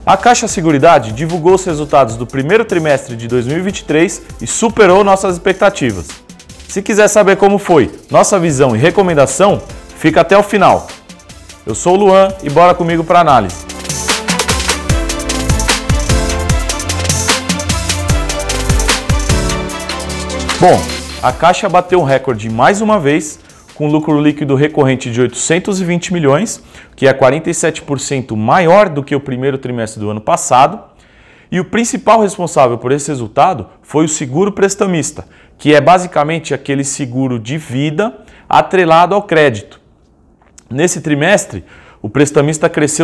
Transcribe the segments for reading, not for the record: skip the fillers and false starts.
A Caixa Seguridade divulgou os resultados do primeiro trimestre de 2023 e superou nossas expectativas. Se quiser saber como foi, nossa visão e recomendação, fica até o final. Eu sou o Luan e bora comigo para a análise. Bom, a Caixa bateu um recorde mais uma vez, com lucro líquido recorrente de 820 milhões, que é 47% maior do que o primeiro trimestre do ano passado. E o principal responsável por esse resultado foi o seguro prestamista, que é basicamente aquele seguro de vida atrelado ao crédito. Nesse trimestre, o prestamista cresceu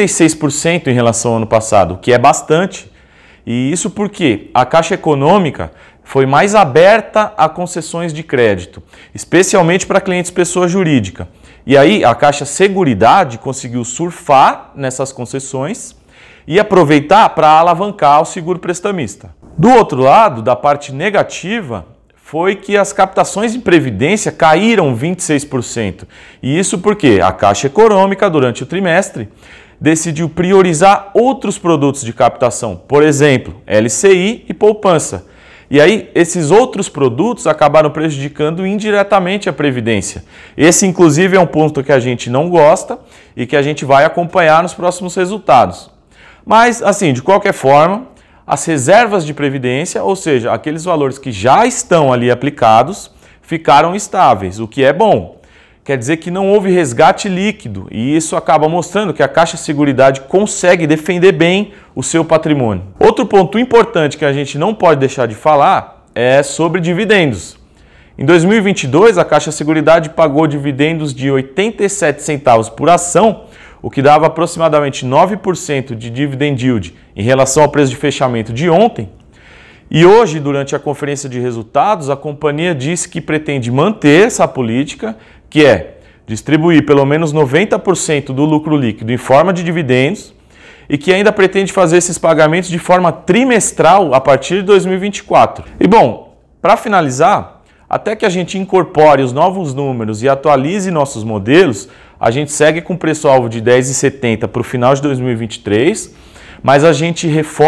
36% em relação ao ano passado, o que é bastante. E isso porque a Caixa Econômica foi mais aberta a concessões de crédito, especialmente para clientes pessoa jurídica. E aí a Caixa Seguridade conseguiu surfar nessas concessões e aproveitar para alavancar o seguro prestamista. Do outro lado, da parte negativa, foi que as captações de previdência caíram 26%. E isso porque a Caixa Econômica, durante o trimestre, decidiu priorizar outros produtos de captação, por exemplo, LCI e poupança. E aí, esses outros produtos acabaram prejudicando indiretamente a Previdência. Esse, inclusive, é um ponto que a gente não gosta e que a gente vai acompanhar nos próximos resultados. Mas, assim, de qualquer forma, as reservas de Previdência, ou seja, aqueles valores que já estão ali aplicados, ficaram estáveis, o que é bom. Quer dizer que não houve resgate líquido e isso acaba mostrando que a Caixa Seguridade consegue defender bem o seu patrimônio. Outro ponto importante que a gente não pode deixar de falar é sobre dividendos. Em 2022, a Caixa Seguridade pagou dividendos de 87 centavos por ação, o que dava aproximadamente 9% de dividend yield em relação ao preço de fechamento de ontem. E hoje, durante a conferência de resultados, a companhia disse que pretende manter essa política, que é distribuir pelo menos 90% do lucro líquido em forma de dividendos e que ainda pretende fazer esses pagamentos de forma trimestral a partir de 2024. E bom, para finalizar, até que a gente incorpore os novos números e atualize nossos modelos, a gente segue com preço-alvo de R$ 10,70 para o final de 2023, mas a gente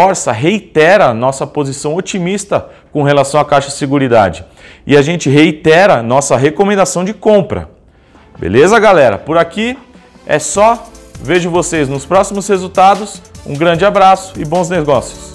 reitera nossa posição otimista com relação à Caixa Seguridade. E a gente reitera nossa recomendação de compra. Beleza, galera? Por aqui é só. Vejo vocês nos próximos resultados. Um grande abraço e bons negócios!